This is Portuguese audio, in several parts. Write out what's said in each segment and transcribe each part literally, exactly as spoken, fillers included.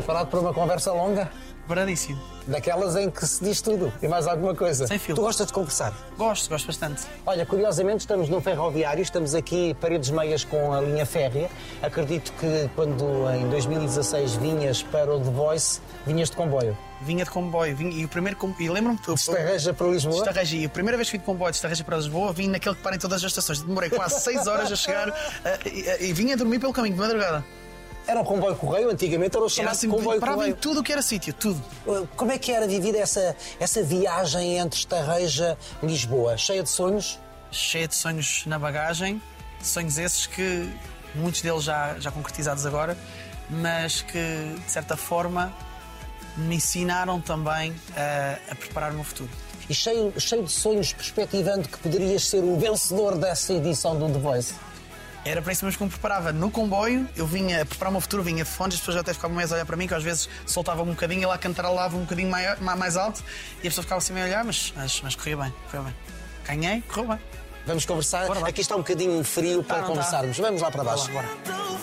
Preparado para uma conversa longa? Preparadíssimo. Daquelas em que se diz tudo e mais alguma coisa. Sem fio. Tu gostas de conversar? Gosto, gosto bastante. Olha, curiosamente estamos num ferroviário, estamos aqui paredes meias com a linha férrea. Acredito que quando em dois mil e dezasseis vinhas para o The Voice, vinhas de comboio. Vinha de comboio, vinha, e o primeiro com... e lembro-me que... De Estarreja para Lisboa? Estarreja, e a primeira vez que fui de comboio de Estarreja para Lisboa, vim naquele que para em todas as estações. Demorei quase seis horas a chegar uh, e, e vinha dormir pelo caminho, de madrugada. Era o comboio correio, antigamente era o chamado assim, comboio parava correio. em tudo o que era sítio, tudo. Como é que era vivida essa, essa viagem entre Estarreja e Lisboa? Cheia de sonhos? Cheia de sonhos na bagagem, sonhos esses que muitos deles já, já concretizados agora, mas que de certa forma me ensinaram também a, a preparar o meu futuro. E cheio, cheio de sonhos, perspectivando que poderias ser o vencedor dessa edição do The Voice? Era para isso mesmo que me preparava. No comboio, eu vinha a preparar o meu futuro, vinha de fones, as pessoas até ficavam mais a olhar para mim, que às vezes soltava um bocadinho e lá cantarolava um bocadinho maior, mais alto e a pessoa ficava assim a olhar, mas, mas, mas corria bem, correu bem. Ganhei, correu bem. Vamos conversar? Bora lá. Aqui está um bocadinho frio para Tá, não conversarmos. tá. Vamos lá para baixo. Bora,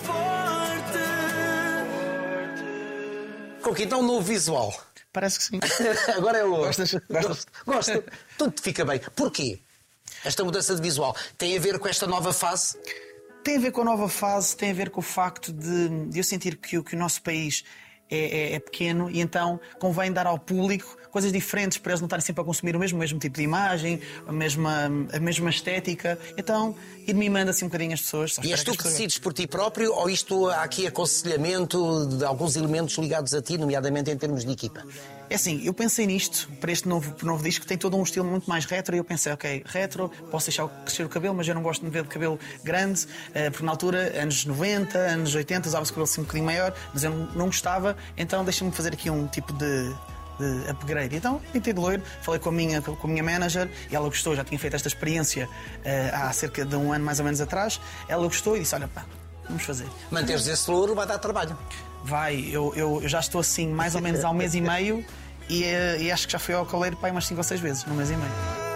Coco, então um novo visual. Parece que sim. Agora é o outro. Gostas? Gosto. Gosto. Tudo te fica bem. Porquê? Esta mudança de visual tem a ver com esta nova fase? Tem a ver com a nova fase, tem a ver com o facto de, de eu sentir que, que o nosso país é, é, é pequeno e então convém dar ao público coisas diferentes para eles não estarem sempre a consumir o mesmo, o mesmo tipo de imagem, a mesma, a mesma estética. Então, ir mimando assim um bocadinho as pessoas. E és tu que decides por ti próprio ou isto há aqui aconselhamento de alguns elementos ligados a ti, nomeadamente em termos de equipa? É assim, eu pensei nisto, para este novo, novo disco, tem todo um estilo muito mais retro e eu pensei, ok, retro, posso deixar crescer o cabelo, mas eu não gosto de me ver de cabelo grande, porque na altura, anos noventa, anos oitenta, usava-se o cabelo assim um bocadinho maior, mas eu não gostava, então deixa-me fazer aqui um tipo de... de upgrade. Então, pintei de loiro, falei com a minha, com a minha manager e ela gostou, já tinha feito esta experiência uh, há cerca de um ano mais ou menos atrás. Ela gostou e disse, olha pá, vamos fazer. Manteres esse louro vai dar trabalho. Vai, eu, eu, eu já estou assim mais ou menos há um mês e meio e, uh, e acho que já fui ao cabeleireiro pá, umas cinco ou seis vezes, num mês e meio.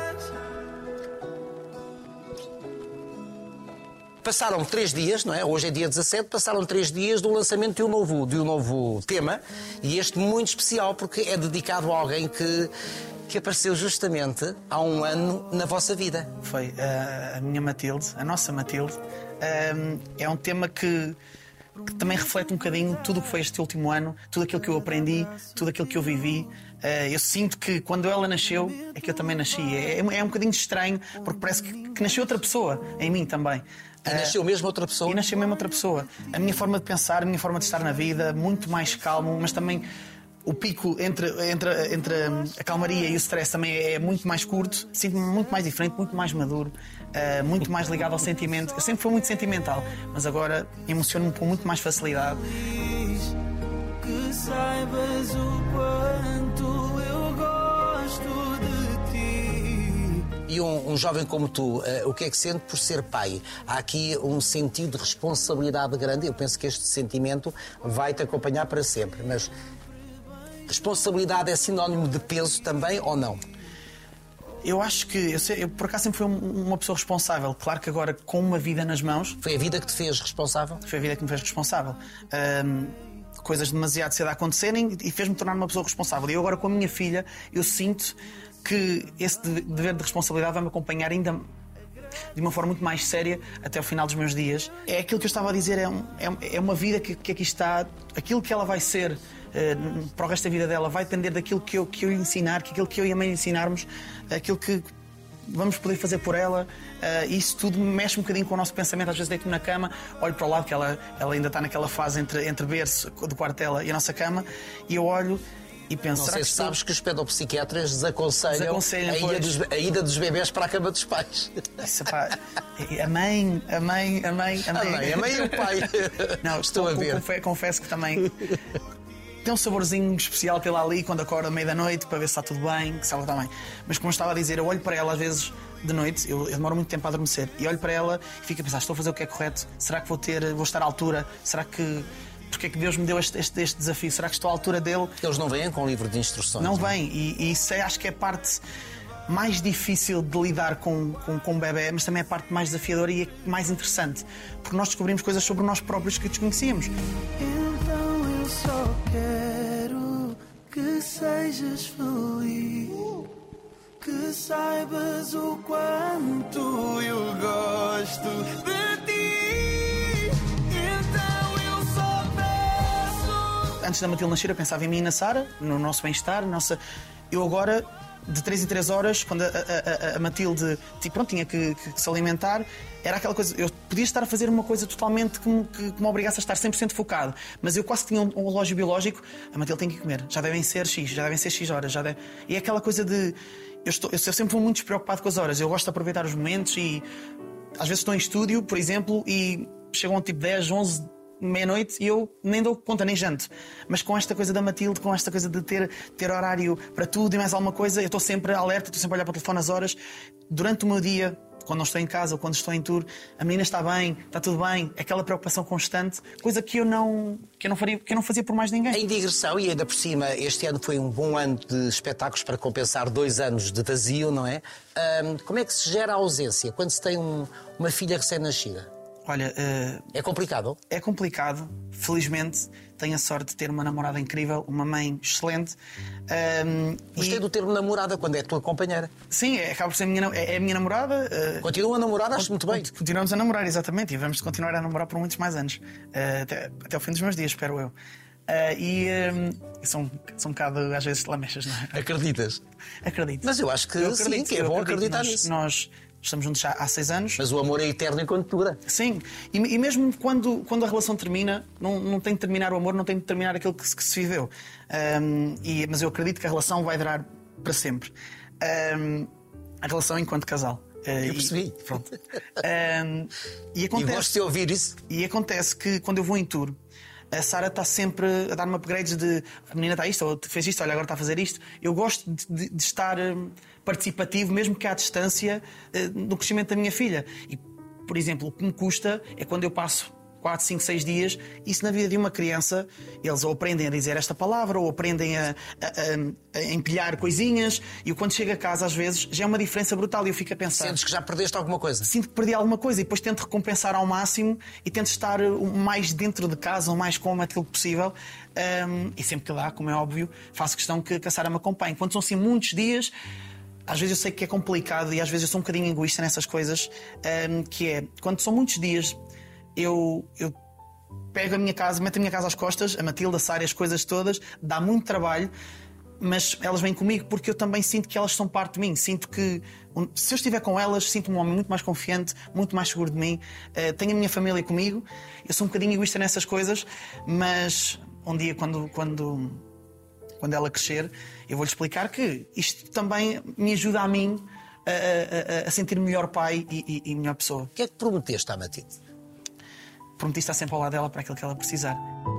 Passaram três dias, não é? Hoje é dia dezassete, passaram três dias do lançamento de um novo, de um novo tema e este muito especial porque é dedicado a alguém que, que apareceu justamente há um ano na vossa vida. Foi uh, a minha Matilde, a nossa Matilde. Um, é um tema que, que também reflete um bocadinho tudo o que foi este último ano, tudo aquilo que eu aprendi, tudo aquilo que eu vivi. Uh, eu sinto que quando ela nasceu é que eu também nasci. É, é um bocadinho estranho porque parece que, que nasceu outra pessoa em mim também. E nasceu mesmo outra pessoa? E nasceu mesmo outra pessoa. A minha forma de pensar, a minha forma de estar na vida, muito mais calmo, mas também o pico entre, entre, entre a calmaria e o stress também é muito mais curto. Sinto-me muito mais diferente, muito mais maduro, uh, muito mais ligado ao sentimento. Eu sempre fui muito sentimental, mas agora emociono-me com muito mais facilidade. Que saibas o quanto eu gosto de ti. E um, um jovem como tu, uh, o que é que sente por ser pai? Há aqui um sentido de responsabilidade grande. Eu penso que este sentimento vai te acompanhar para sempre. Mas responsabilidade é sinónimo de peso também ou não? Eu acho que, eu, sei, eu por acaso sempre fui uma pessoa responsável. Claro que agora com uma vida nas mãos... Foi a vida que te fez responsável? Foi a vida que me fez responsável. Um, coisas demasiado cedo a acontecerem e fez-me tornar uma pessoa responsável. E eu agora com a minha filha, eu sinto que esse dever de responsabilidade vai-me acompanhar ainda de uma forma muito mais séria até ao final dos meus dias. É aquilo que eu estava a dizer, é, um, é, é uma vida que, que aqui está, aquilo que ela vai ser uh, para o resto da vida dela vai depender daquilo que eu, que eu lhe ensinar, que aquilo que eu e a mãe lhe ensinarmos, aquilo que vamos poder fazer por ela. Uh, isso tudo mexe um bocadinho com o nosso pensamento. Às vezes deito-me na cama, olho para o lado, que ela, ela ainda está naquela fase entre, entre berço do quarto dela e a nossa cama, e eu olho e penso, não será sei que se estou... sabes que os pedopsiquiatras desaconselham, desaconselham a, ida dos, a ida dos bebés para a cama dos pais. Isso, pá, a mãe, a mãe, a mãe, a mãe, a mãe, a mãe e o pai. Não, estou a ver. Confesso, confesso que também tem um saborzinho especial tê-la ali quando acorda à meia da noite para ver se está tudo bem, que se ela está bem. Mas como eu estava a dizer, eu olho para ela às vezes de noite, eu, eu demoro muito tempo a adormecer, e olho para ela e fico a pensar, estou a fazer o que é correto? Será que vou ter, vou estar à altura? Será que... Porque é que Deus me deu este, este, este desafio? Será que estou à altura dele? Eles não vêm com um livro de instruções. Não vêm, e, e isso é, acho que é a parte mais difícil de lidar com, com, com o bebê, mas também é a parte mais desafiadora e mais interessante, porque nós descobrimos coisas sobre nós próprios que desconhecíamos. Então eu só quero que sejas feliz, que saibas o quanto eu gosto de ti. Então eu só peço. Antes da Matilde nascer, eu pensava em mim e na Sara, no nosso bem-estar, nossa... Eu agora, de três em três horas, quando a, a, a, a Matilde tipo, pronto, tinha que, que, que se alimentar, era aquela coisa... Eu podia estar a fazer uma coisa totalmente que me, que, que me obrigasse a estar cem por cento focado, mas eu quase tinha um, um relógio biológico. A Matilde tem que comer, já devem ser X, já devem ser X horas, já deve... E é aquela coisa de... Eu, estou, eu sempre fui muito despreocupado com as horas. Eu gosto de aproveitar os momentos e... Às vezes estou em estúdio, por exemplo, e chegam tipo dez, onze... meia-noite e eu nem dou conta, nem janto. Mas com esta coisa da Matilde, com esta coisa de ter, ter horário para tudo e mais alguma coisa, eu estou sempre alerta, estou sempre a olhar para o telefone as horas. Durante o meu dia, quando não estou em casa ou quando estou em tour, a menina está bem, está tudo bem, aquela preocupação constante, coisa que eu não, que eu não, faria, que eu não fazia por mais ninguém. Em digressão, e ainda por cima, este ano foi um bom ano de espetáculos para compensar dois anos de vazio, não é? Um, como é que se gera a ausência quando se tem um, uma filha recém-nascida? Olha, uh, é complicado? É complicado. Felizmente tenho a sorte de ter uma namorada incrível, uma mãe excelente. Um, Gostei e... do termo namorada quando é a tua companheira. Sim, é, acaba por ser a minha, é, é a minha namorada. Uh... Continua a namorar, acho muito bem. Continuamos a namorar, exatamente, e vamos continuar a namorar por muitos mais anos. Uh, até, até ao fim dos meus dias, espero eu. Uh, e um, são, são um bocado, às vezes, lamechas, não é? Acreditas? Acredito. Mas eu acho que eu sim, acredito, que é bom acredito. acreditar nós, nisso. Nós estamos juntos já há seis anos. Mas o amor é eterno enquanto dura. Sim, e, e mesmo quando, quando a relação termina, não, não tem de terminar o amor, não tem de terminar aquilo que se, que se viveu. Um, e, mas eu acredito que a relação vai durar para sempre. Um, a relação enquanto casal. Eu percebi. E, pronto. Um, e, acontece, e gosto de ouvir isso. E acontece que quando eu vou em tour, a Sara está sempre a dar-me upgrades de a menina está isto, ou fez isto, olha, agora está a fazer isto. Eu gosto de, de, de estar um, participativo, mesmo que à distância, uh, no crescimento da minha filha. E, por exemplo, o que me custa é quando eu passo quatro, cinco, seis dias, isso na vida de uma criança, eles ou aprendem a dizer esta palavra, ou aprendem a, a, a, a empilhar coisinhas, e eu, quando chego a casa, às vezes, já é uma diferença brutal e eu fico a pensar... Sentes que já perdeste alguma coisa? Sinto que perdi alguma coisa e depois tento recompensar ao máximo e tento estar o mais dentro de casa, o mais como aquilo possível. Um, e sempre que dá, como é óbvio, faço questão que, que a Sara me acompanhe. Quando são assim muitos dias... Às vezes eu sei que é complicado e às vezes eu sou um bocadinho egoísta nessas coisas, um, que é, quando são muitos dias... Eu, eu pego a minha casa, meto a minha casa às costas, a Matilde, a Sara, as coisas todas, dá muito trabalho, mas elas vêm comigo porque eu também sinto que elas são parte de mim. Sinto que, se eu estiver com elas, sinto-me um homem muito mais confiante, muito mais seguro de mim. Uh, tenho a minha família comigo, eu sou um bocadinho egoísta nessas coisas, mas um dia, quando, quando, quando ela crescer, eu vou-lhe explicar que isto também me ajuda a mim a, a, a sentir-me melhor pai e, e, e melhor pessoa. O que é que prometeste à Matilde? Prometi estar sempre ao lado dela para aquilo que ela precisar.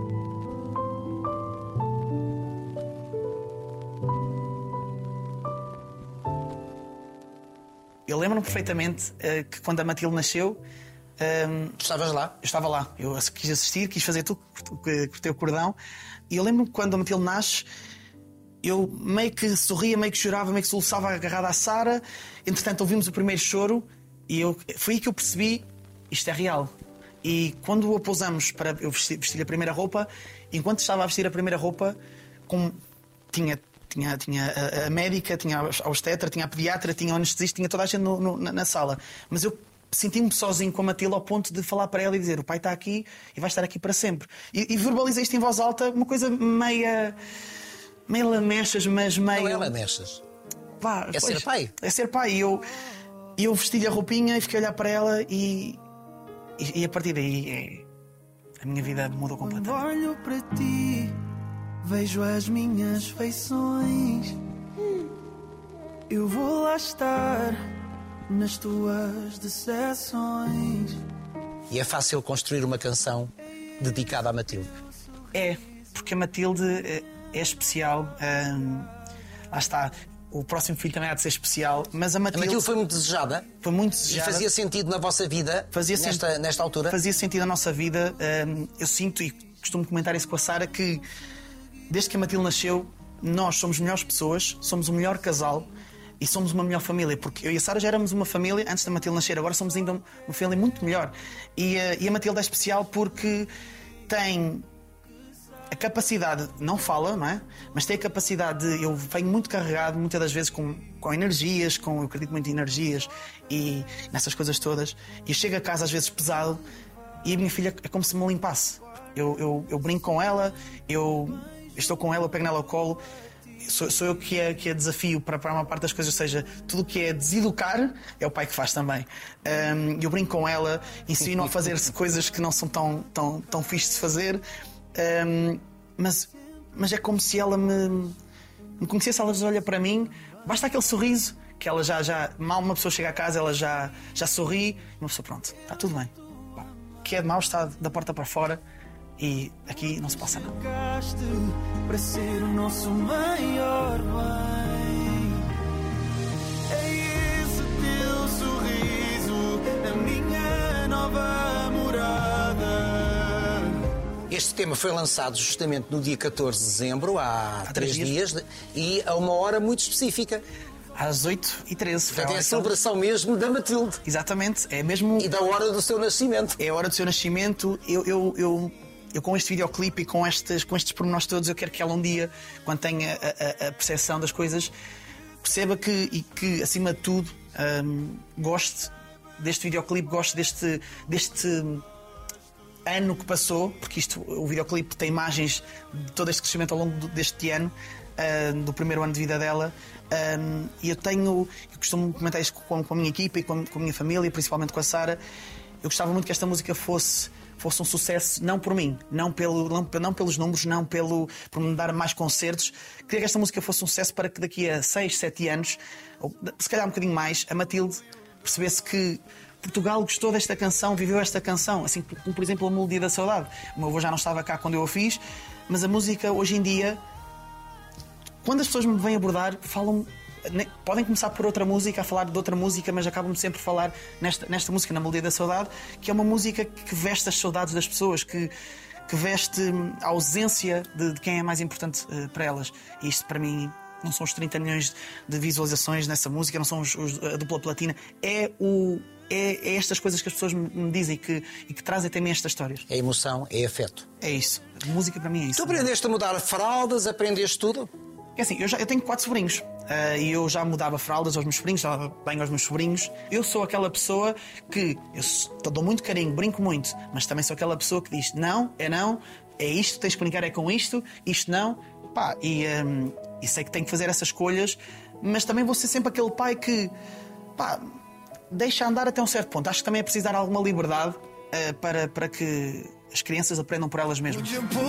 Eu lembro-me perfeitamente uh, que quando a Matilde nasceu... Um, tu estavas lá? Eu estava lá. Eu quis assistir, quis fazer tudo, cortei o cordão. E eu lembro-me que quando a Matilde nasce, eu meio que sorria, meio que chorava, meio que soluçava agarrada à Sara. Entretanto, ouvimos o primeiro choro e eu, foi aí que eu percebi, isto é real. E quando o pousamos para eu vestir, vestir a primeira roupa, enquanto estava a vestir a primeira roupa, com, tinha, tinha, tinha a, a médica, tinha a obstetra, tinha a pediatra, tinha o anestesista, tinha toda a gente no, no, na, na sala. Mas eu senti-me sozinho com a Matilde ao ponto de falar para ela e dizer: o pai está aqui e vai estar aqui para sempre. E, e verbalizei isto em voz alta, uma coisa meia... meio lamechas, mas meio... Não é lamechas. Pá, é pois, ser pai. É ser pai. E eu, eu vesti-lhe a roupinha e fiquei a olhar para ela e... E, e a partir daí é, a minha vida mudou completamente. Quando olho para ti, vejo as minhas feições. Eu vou lá estar nas tuas decepções. E é fácil construir uma canção dedicada à Matilde? É, porque a Matilde é, é especial. Hum, lá está. O próximo filho também há de ser especial, mas a Matilde... A Matilde foi muito desejada? Foi muito desejada. E fazia sentido na vossa vida, fazia nesta, sentido, nesta altura? Fazia sentido na nossa vida. Um, eu sinto, e costumo comentar isso com a Sara, que desde que a Matilde nasceu, nós somos melhores pessoas, somos o melhor casal e somos uma melhor família. Porque eu e a Sara já éramos uma família antes da Matilde nascer, agora somos ainda uma família muito melhor. E, uh, e a Matilde é especial porque tem... a capacidade, não fala, não é? Mas tem a capacidade de. Eu venho muito carregado, muitas das vezes, com, com energias, com, eu acredito muito em energias e nessas coisas todas. E eu chego a casa, às vezes, pesado, e a minha filha é como se me limpasse. Eu, eu, eu brinco com ela, eu, eu estou com ela, eu pego nela ao colo. Sou, sou eu que é, que é desafio para, para uma parte das coisas, ou seja, tudo o que é deseducar é o pai que faz também. Um, eu brinco com ela, ensino a fazer coisas que não são tão, tão, tão fixe de fazer. Um, mas, mas é como se ela me, me conhecesse, ela olha para mim, basta aquele sorriso que ela já, já mal uma pessoa chega a casa, ela já, já sorri, e uma pessoa, pronto, está tudo bem. Que é de mau estado, da porta para fora, e aqui não se passa nada. Para ser o nosso maior bem, é esse teu sorriso, a minha nova morada. Este tema foi lançado justamente no dia catorze de dezembro, há, há três dias, dias, e a uma hora muito específica. Às oito e treze. Portanto, é a celebração mesmo da Matilde. Exatamente, é mesmo. E da hora do seu nascimento. É a hora do seu nascimento. Eu, eu, eu, eu com este videoclipe e com estes, com estes pormenores todos, eu quero que ela um dia, quando tenha a, a, a percepção das coisas, perceba que, e que acima de tudo, hum, goste deste videoclipe, goste deste. deste ano que passou, porque isto, o videoclipe tem imagens de todo este crescimento ao longo deste ano, uh, do primeiro ano de vida dela, um, e eu tenho, eu costumo comentar isto com, com a minha equipa e com a, com a minha família, principalmente com a Sara. Eu gostava muito que esta música fosse, fosse um sucesso, não por mim, não, pelo, não, não pelos números, não pelo, por me dar mais concertos. Queria que esta música fosse um sucesso para que daqui a seis, sete anos, ou se calhar um bocadinho mais, a Matilde percebesse que Portugal gostou desta canção, viveu esta canção, assim como, por exemplo, a Melodia da Saudade. O meu avô já não estava cá quando eu a fiz, mas a música, hoje em dia, quando as pessoas me vêm abordar, falam, podem começar por outra música, a falar de outra música, mas acabam sempre a falar nesta, nesta música, na Melodia da Saudade, que é uma música que veste as saudades das pessoas, que, que veste a ausência de, de quem é mais importante uh, para elas. E isto, para mim, não são os trinta milhões de visualizações nessa música, não são os, os, a dupla platina, é o... É, é estas coisas que as pessoas me dizem e que, e que trazem também estas histórias. É emoção, é afeto. É isso. A música para mim é isso. Tu aprendeste a mudar fraldas, aprendeste tudo? É assim, eu, já, eu tenho quatro sobrinhos uh, e eu já mudava fraldas aos meus sobrinhos, dava banho aos meus sobrinhos. Eu sou aquela pessoa que eu dou muito carinho, brinco muito, mas também sou aquela pessoa que diz não, é não, é isto, tens que brincar é com isto, isto não. Pá, e, um, e sei que tenho que fazer essas escolhas, mas também vou ser sempre aquele pai que... Pá, deixa andar até um certo ponto. Acho que também é preciso dar alguma liberdade uh, para, para que as crianças aprendam por elas mesmas.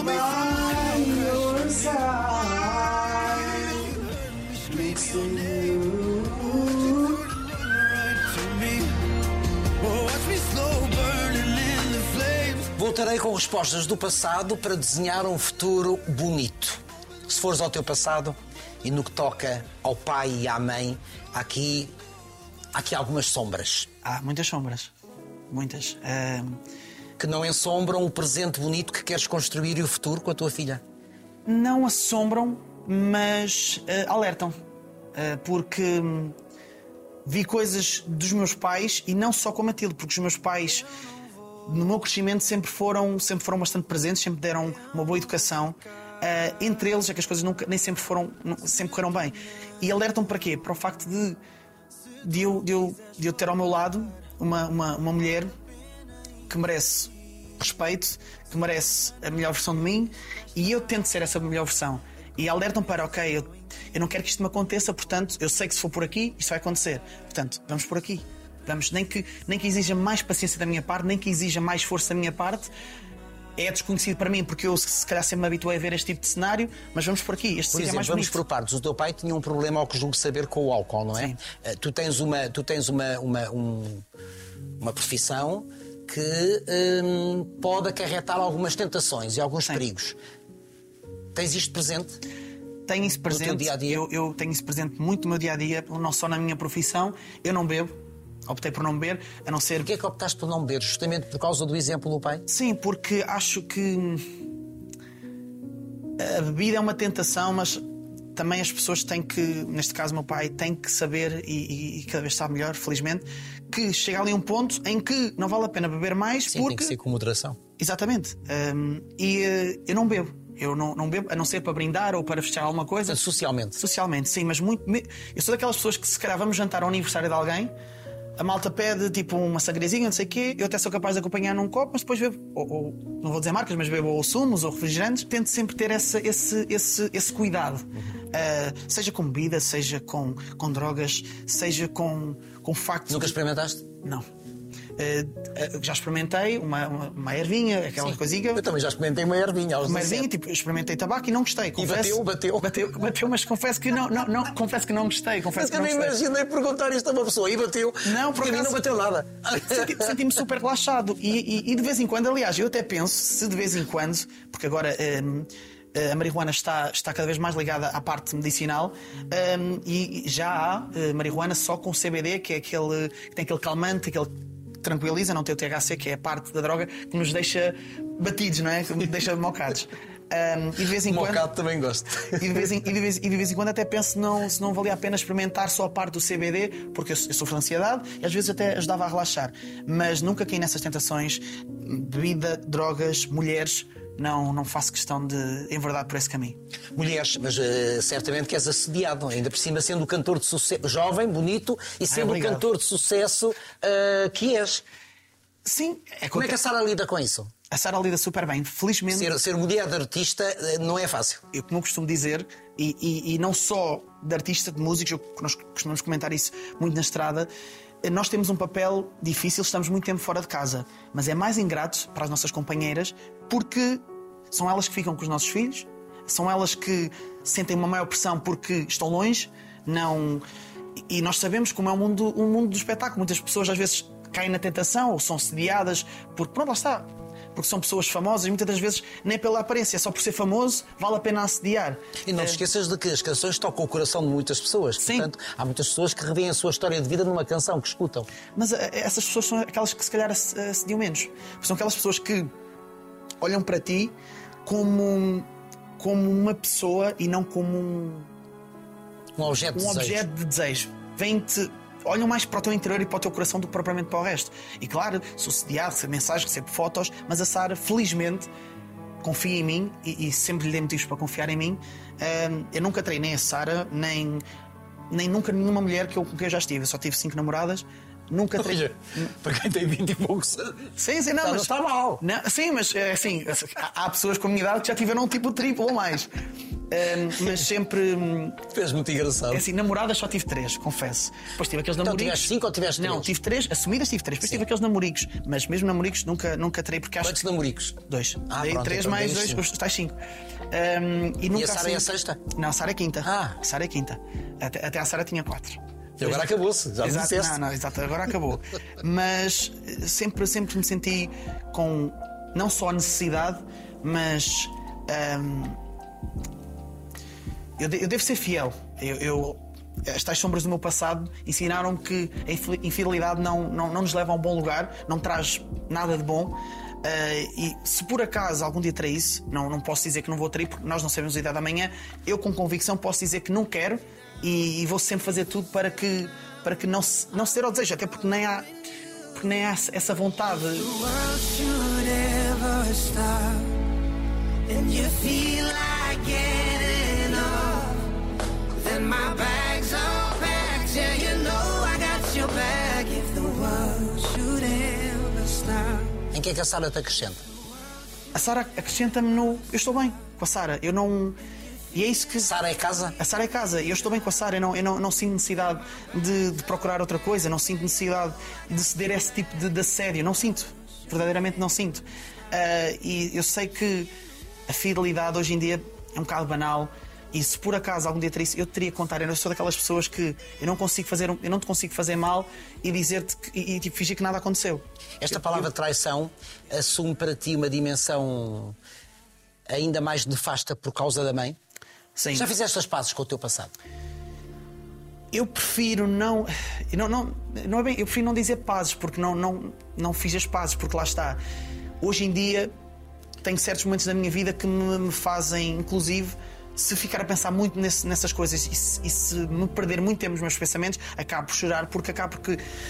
Voltarei com respostas do passado para desenhar um futuro bonito. Se fores ao teu passado e no que toca ao pai e à mãe, há aqui... Há aqui algumas sombras. Há muitas sombras. Muitas. Uh... Que não ensombram o presente bonito que queres construir e o futuro com a tua filha? Não assombram, mas uh, alertam. Uh, porque um, vi coisas dos meus pais, e não só com a Matilde, porque os meus pais, no meu crescimento, sempre foram, sempre foram bastante presentes, sempre deram uma boa educação. Uh, entre eles é que as coisas nunca, nem sempre foram, sempre correram bem. E alertam para quê? Para o facto de De eu, de, eu, de eu ter ao meu lado uma, uma, uma mulher que merece respeito, que merece a melhor versão de mim, e eu tento ser essa melhor versão. E alertam para, ok, eu, eu não quero que isto me aconteça, portanto, eu sei que se for por aqui, isto vai acontecer. Portanto, vamos por aqui. Vamos, nem que, nem que exija mais paciência da minha parte, nem que exija mais força da minha parte. É desconhecido para mim, porque eu se calhar sempre me habituei a ver este tipo de cenário, mas vamos por aqui. Este por exemplo, é mais vamos bonito. por partes. O teu pai tinha um problema, ao que julgo saber, com o álcool, não é? Sim. Uh, tu tens uma, tu tens uma, uma, um, uma profissão que um, pode acarretar algumas tentações e alguns Sim. perigos. Tens isto presente? Tenho isso presente. No teu dia-a-dia? Eu, eu tenho isso presente muito no meu dia-a-dia, não só na minha profissão. Eu não bebo. Optei por não beber, a não ser... Porquê é que optaste por não beber? Justamente por causa do exemplo do pai? Sim, porque acho que a bebida é uma tentação, mas também as pessoas têm que, neste caso o meu pai, tem que saber, e, e cada vez sabe melhor, felizmente, que chega ali um ponto em que não vale a pena beber mais. Sim, porque... tem que ser com moderação. Exatamente. Um, e uh, eu não bebo. Eu não, não bebo, a não ser para brindar ou para fechar alguma coisa. Socialmente. Socialmente, sim, mas muito. Eu sou daquelas pessoas que, se calhar, vamos jantar ao aniversário de alguém, a malta pede tipo uma sangrezinha, não sei o quê, eu até sou capaz de acompanhar num copo, mas depois bebo, ou, ou não vou dizer marcas, mas bebo ou sumos ou refrigerantes. Tento sempre ter essa, esse, esse, esse cuidado, uh, seja com bebida, seja com, com drogas, seja com, com o facto. Nunca de... experimentaste? Não. Uh, uh, já experimentei uma, uma, uma ervinha, aquela Sim. coisinha. Eu também já experimentei uma ervinha. Uma ervinha, tipo, experimentei tabaco e não gostei. Confesso, e bateu, bateu. bateu. Bateu, mas confesso que não, não, não, confesso que não gostei. Confesso Mas que eu não nem gostei. imaginei perguntar isto a uma pessoa e bateu. Não, por porque a mim acaso- não bateu nada. Senti- Senti-me super relaxado e, e, e de vez em quando, aliás, eu até penso, se de vez em quando, porque agora hum, a marihuana está, está cada vez mais ligada à parte medicinal, hum, e já há uh, marihuana só com C B D, que é aquele que tem aquele calmante, aquele que tranquiliza, não tem o T H C, que é a parte da droga que nos deixa batidos, não é? Que nos deixa mocados. Um, e de vez em quando Mocado também gosto. e de, vez em, e, de vez, e de vez em quando até penso se não, se não valia a pena experimentar só a parte do C B D, porque eu, eu sofro de ansiedade e às vezes até ajudava a relaxar. Mas nunca caí nessas tentações. Bebida, drogas, mulheres, não, não faço questão de enverdar por esse caminho. Mulheres, mas uh, certamente que és assediado, ainda por cima sendo o cantor de sucesso, jovem, bonito, e sendo o obrigado. cantor de sucesso uh, que és. Sim, é Como é que a Sara lida com isso? a Sara lida super bem. Felizmente, Ser, ser mulher de artista uh, não é fácil. eu, como eu costumo dizer, e, e, e não só de artista, de músicos, eu, nós costumamos comentar isso muito na estrada, nós temos um papel difícil, estamos muito tempo fora de casa, mas é mais ingrato para as nossas companheiras porque são elas que ficam com os nossos filhos, são elas que sentem uma maior pressão porque estão longe, não... e nós sabemos como é o mundo, o mundo do espetáculo. Muitas pessoas às vezes caem na tentação ou são sediadas porque, pronto, lá está, porque são pessoas famosas e muitas das vezes nem pela aparência, só por ser famoso vale a pena assediar. E não te esqueças de que as canções tocam o coração de muitas pessoas. Sim. Portanto, há muitas pessoas que revêem a sua história de vida numa canção que escutam. Mas uh, essas pessoas são aquelas que se calhar ass- assediam menos. São aquelas pessoas que olham para ti como, como uma pessoa e não como um, Um objeto de um desejo. objeto de desejo. Vêm-te, olham mais para o teu interior e para o teu coração do que propriamente para o resto. E claro, sou sediado, recebo mensagens, recebo fotos, mas a Sara, felizmente, confia em mim e, e sempre lhe dei motivos para confiar em mim. Um, eu nunca treinei a Sara, nem, nem nunca nenhuma mulher que eu, com quem eu já estive. Eu só tive cinco namoradas. Nunca treinei. Olha, para quem tem vinte e poucos anos. Sim, sim, não, Tá, mas não está mal. Não, sim, mas é assim, há há pessoas com a minha idade que já tiveram um tipo triplo ou mais. Um, mas sempre. hum, Fez muito engraçado. É assim, namoradas só tive três, confesso. Depois tive aqueles Então namoricos. tiveste cinco ou tiveste Não, três? tive três, assumidas tive três. Depois Sim. tive aqueles namoricos. Mas mesmo namoricos nunca, nunca terei, porque acho Quantos namoricos? dois. Ah, Dei pronto, três então mais dei dois, cinco. os tais cinco. Um, e, nunca a Sara é a assim- sexta? Não, a Sara é a quinta. Ah. A Sara é a quinta. Até, até a Sara tinha quatro. E agora acabou-se, já me Exato, disseste. não, não, exato, agora acabou. Mas eh, sempre, sempre me senti com não só a necessidade, mas ahm, eu, de- eu devo ser fiel. Eu, eu- as tais sombras do meu passado ensinaram-me que a infi- infidelidade não, não, não nos leva a um bom lugar, não traz nada de bom. Eh, e se por acaso algum dia traísse, não, não posso dizer que não vou trair, porque nós não sabemos a idade da manhã. Eu, com convicção, posso dizer que não quero e, e vou sempre fazer tudo para que, para que não se, não se ter ao desejo, até porque nem há, porque nem há essa vontade. The world should ever stop, and you feel like getting off, then my bag's all packed, yeah, you know I got your back. If the world should ever stop. Em que é que a Sara te acrescenta? A Sara acrescenta-me no. Eu estou bem com a Sara, eu não. E é isso que. Sara é casa? A Sara é casa e eu estou bem com a Sara. Eu, não, eu não, não sinto necessidade de, de procurar outra coisa, não sinto necessidade de ceder esse tipo de, de assédio. Não sinto, verdadeiramente não sinto. Ah, e eu sei que a fidelidade hoje em dia é um bocado banal. E se por acaso algum dia teria isso, eu teria que contar. Eu sou daquelas pessoas que eu não consigo fazer, eu não te consigo fazer mal e dizer-te que, e, e tipo, fingir que nada aconteceu. Esta palavra traição assume para ti uma dimensão ainda mais nefasta por causa da mãe? Sim. Já fizeste as pazes com o teu passado? Eu prefiro não, não, não, não é bem, eu prefiro não dizer pazes, porque não, não, não fiz as pazes, porque lá está. Hoje em dia tenho certos momentos da minha vida que me, me fazem, inclusive, se ficar a pensar muito nesse, nessas coisas e se, e se me perder muito tempo nos meus pensamentos, acabo por chorar, porque acabo porque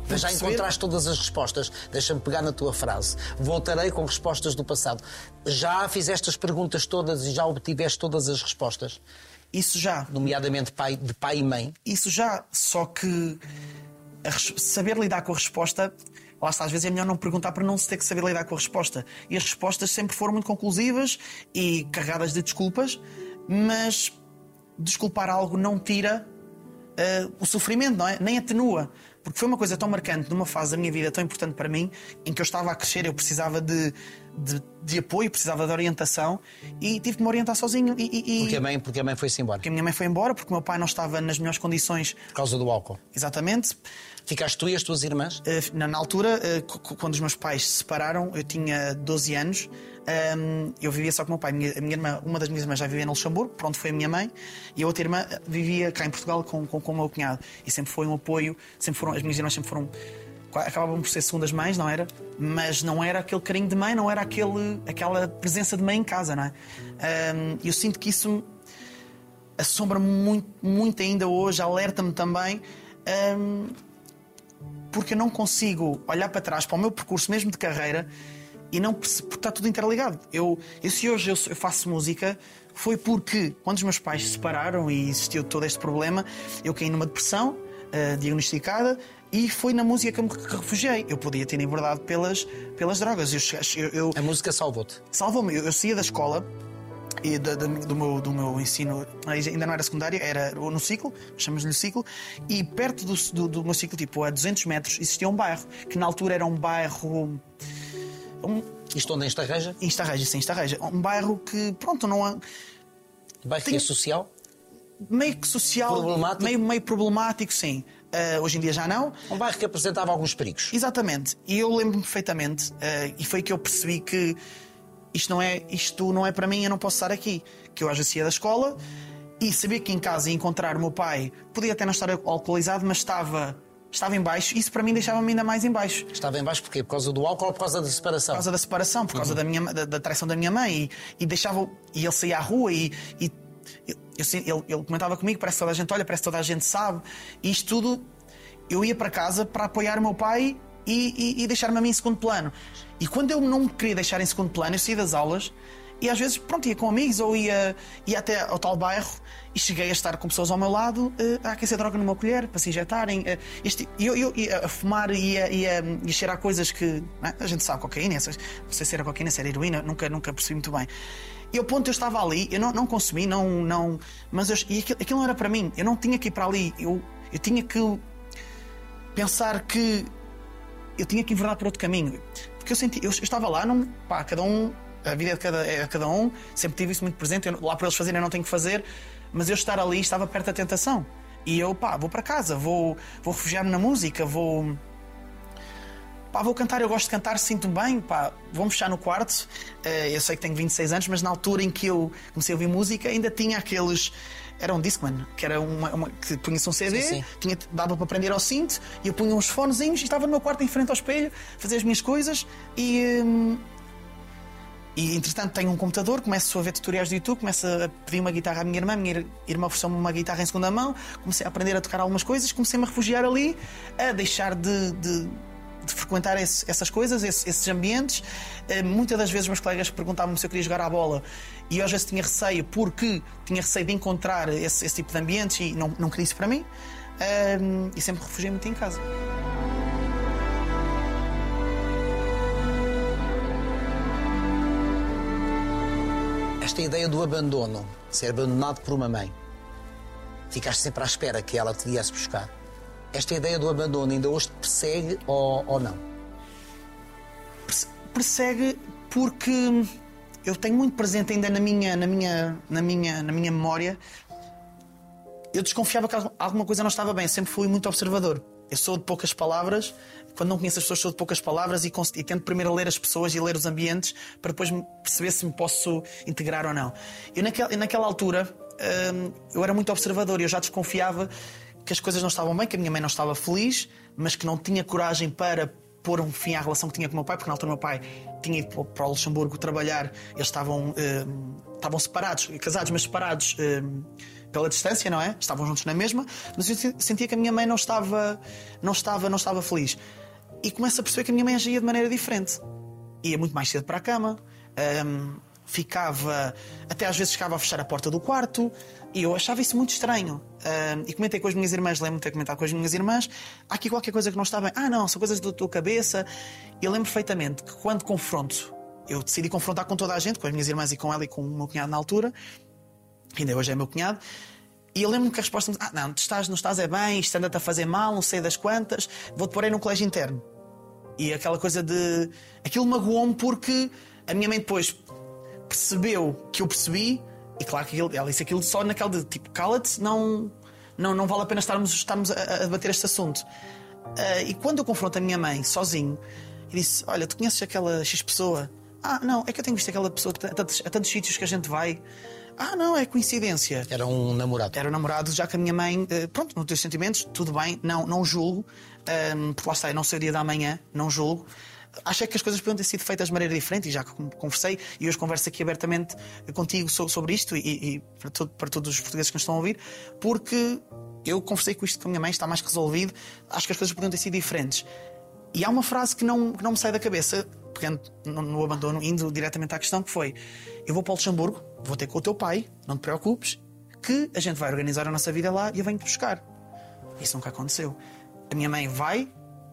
Mas já perceber... encontraste todas as respostas. Deixa-me pegar na tua frase. Voltarei com respostas do passado. Já fizeste as perguntas todas e já obtiveste todas as respostas? Isso já. Nomeadamente pai, de pai e mãe? Isso já, só que a res... saber lidar com a resposta... Lá está, às vezes é melhor não perguntar para não se ter que saber lidar com a resposta. E as respostas sempre foram muito conclusivas e carregadas de desculpas, mas desculpar algo não tira uh, o sofrimento, não é? Nem atenua. Porque foi uma coisa tão marcante, numa fase da minha vida tão importante para mim, em que eu estava a crescer, eu precisava de, de, de apoio, precisava de orientação, e tive que me orientar sozinho. E, e, porque, a mãe, porque a mãe foi-se embora? Porque a minha mãe foi embora, porque o meu pai não estava nas melhores condições. Por causa do álcool? Exatamente. Ficaste tu e as tuas irmãs? Na, na altura, quando os meus pais se separaram, eu tinha doze anos, eu vivia só com o meu pai. A minha, a minha irmã, uma das minhas irmãs já vivia no Luxemburgo, pronto, foi a minha mãe, e a outra irmã vivia cá em Portugal com, com, com o meu cunhado. E sempre foi um apoio, sempre foram, as minhas irmãs sempre foram, acabavam por ser segundas mães, não era? Mas não era aquele carinho de mãe, não era aquele, aquela presença de mãe em casa, não é? Eu sinto que isso assombra muito, muito ainda hoje, alerta-me também. Porque eu não consigo olhar para trás, para o meu percurso mesmo de carreira, e não porque está tudo interligado. Eu, eu se hoje eu, eu faço música, foi porque quando os meus pais se separaram e existiu todo este problema, eu caí numa depressão uh, diagnosticada, e foi na música que eu me refugiei. Eu podia ter liberdade pelas, pelas drogas. Eu, eu, eu, A música salvou-te? Salvou-me. Eu, eu saía da escola e do, do, do, meu, do meu ensino, ainda não era secundário, era no ciclo, chamamos-lhe ciclo, e perto do, do, do meu ciclo, tipo a duzentos metros, existia um bairro, que na altura era um bairro... Um, Isto onde? Em Estarreja? Em Estarreja, sim, Estarreja. Um bairro que, pronto, não há... Um bairro que é social? Meio que social, problemático? Meio, meio problemático, sim. Uh, hoje em dia já não. Um bairro que apresentava alguns perigos. Exatamente. E eu lembro-me perfeitamente, uh, e foi que eu percebi que Isto não, é, isto não é para mim, eu não posso estar aqui. Que eu às vezes saía da escola e sabia que em casa ia encontrar o meu pai. Podia até não estar alcoolizado, mas estava, estava em baixo. Isso para mim deixava-me ainda mais em baixo. Estava em baixo porquê? Por causa do álcool ou por causa da separação? Por causa da separação, por causa uhum. da, minha, da, da traição da minha mãe. E, e deixava, e ele saía à rua e, e eu, ele, ele comentava comigo, parece que toda a gente olha, parece que toda a gente sabe. E isto tudo, eu ia para casa para apoiar o meu pai e, e, e deixar-me a mim em segundo plano. E quando eu não me queria deixar em segundo plano, eu saía das aulas e às vezes, pronto, ia com amigos ou ia, ia até ao tal bairro e cheguei a estar com pessoas ao meu lado uh, a aquecer droga numa colher para se injetarem. Uh, este, eu, eu ia a fumar e ia, ia, ia cheirar coisas que não é? A gente sabe, cocaína, não sei se era cocaína, se era heroína, nunca, nunca percebi muito bem. E ao ponto eu estava ali, eu não, não consumi, não, não, mas eu, e aquilo, aquilo não era para mim, eu não tinha que ir para ali, eu, eu tinha que pensar que eu tinha que enverdar por outro caminho. Porque eu senti, eu, eu estava lá, não, pá, cada um, a vida é de cada, é de cada um, sempre tive isso muito presente, eu, lá para eles fazerem eu não tenho que fazer, mas eu estar ali estava perto da tentação. E eu, pá, vou para casa, vou, vou refugiar-me na música, vou. Pá, vou cantar, eu gosto de cantar, sinto-me bem, pá, vou-me fechar no quarto. Eu sei que tenho vinte e seis anos, mas na altura em que eu comecei a ouvir música ainda tinha aqueles. Era um Discman, que era uma, uma que punha-se um C D, sim, sim. Tinha, dava para prender ao cinto, e eu punha uns fonezinhos e estava no meu quarto em frente ao espelho, fazia as minhas coisas e. Hum, e entretanto tenho um computador, começo a ver tutoriais do YouTube, começo a pedir uma guitarra à minha irmã, a minha irmã ofereceu-me uma guitarra em segunda mão, comecei a aprender a tocar algumas coisas, comecei-me a refugiar ali, a deixar de. de de frequentar esse, essas coisas, esse, esses ambientes. Uh, muitas das vezes meus colegas perguntavam-me se eu queria jogar à bola e eu às vezes tinha receio porque tinha receio de encontrar esse, esse tipo de ambientes e não, não queria isso para mim. Uh, e sempre refugiei muito em casa. Esta ideia do abandono, ser abandonado por uma mãe, ficaste sempre à espera que ela te viesse buscar. Esta ideia do abandono ainda hoje te persegue ou, ou não? Persegue porque eu tenho muito presente ainda na minha, na minha, na minha, na minha memória. Eu desconfiava que alguma coisa não estava bem, eu sempre fui muito observador. Eu sou de poucas palavras, quando não conheço as pessoas sou de poucas palavras e, e tento primeiro ler as pessoas e ler os ambientes para depois perceber se me posso integrar ou não. Eu naquela, naquela altura hum, eu era muito observador e eu já desconfiava que as coisas não estavam bem, que a minha mãe não estava feliz, mas que não tinha coragem para pôr um fim à relação que tinha com o meu pai, porque na altura o meu pai tinha ido para o Luxemburgo trabalhar, eles estavam, uh, estavam separados, casados, mas separados eh, pela distância, não é? Estavam juntos na mesma, mas eu sentia que a minha mãe não estava, não estava, não estava feliz. E começo a perceber que a minha mãe agia de maneira diferente. Ia muito mais cedo para a cama, um, ficava, até às vezes ficava a fechar a porta do quarto, e eu achava isso muito estranho. Um, e comentei com as minhas irmãs, lembro-me de ter comentado com as minhas irmãs, há aqui qualquer coisa que não está bem. Ah, não, são coisas da tua cabeça. E eu lembro perfeitamente que quando confronto, eu decidi confrontar com toda a gente, com as minhas irmãs e com ela e com o meu cunhado na altura, ainda hoje é meu cunhado. E eu lembro-me que a resposta me disse: ah, não, tu estás, não estás é bem, isto anda-te a fazer mal, não sei das quantas, vou-te pôr aí num colégio interno. E aquela coisa de... Aquilo magoou-me porque a minha mãe depois percebeu que eu percebi, e claro que ela disse aquilo só naquela de tipo, cala-te, não, não, não vale a pena estarmos, estarmos a, a debater este assunto. Uh, e quando eu confronto a minha mãe sozinho, eu disse: olha, tu conheces aquela X pessoa? Ah, não, é que eu tenho visto aquela pessoa a tantos, a tantos sítios que a gente vai. Ah, não, é coincidência. Era um namorado. Era um namorado, já que a minha mãe, pronto, não tem sentimentos, tudo bem, não, não julgo, um, porque lá está, eu não sei o dia da manhã, não julgo. Acho que as coisas podiam ter sido feitas de maneira diferente, e já que conversei, e hoje converso aqui abertamente contigo sobre isto, e, e para, todo, para todos os portugueses que nos estão a ouvir, porque eu conversei com isto com a minha mãe, está mais resolvido, acho que as coisas podiam ter sido diferentes. E há uma frase que não, que não me sai da cabeça, pegando no, no abandono, indo diretamente à questão, que foi: eu vou para o Luxemburgo, vou ter com o teu pai, não te preocupes, que a gente vai organizar a nossa vida lá e eu venho-te buscar. Isso nunca aconteceu. A minha mãe vai.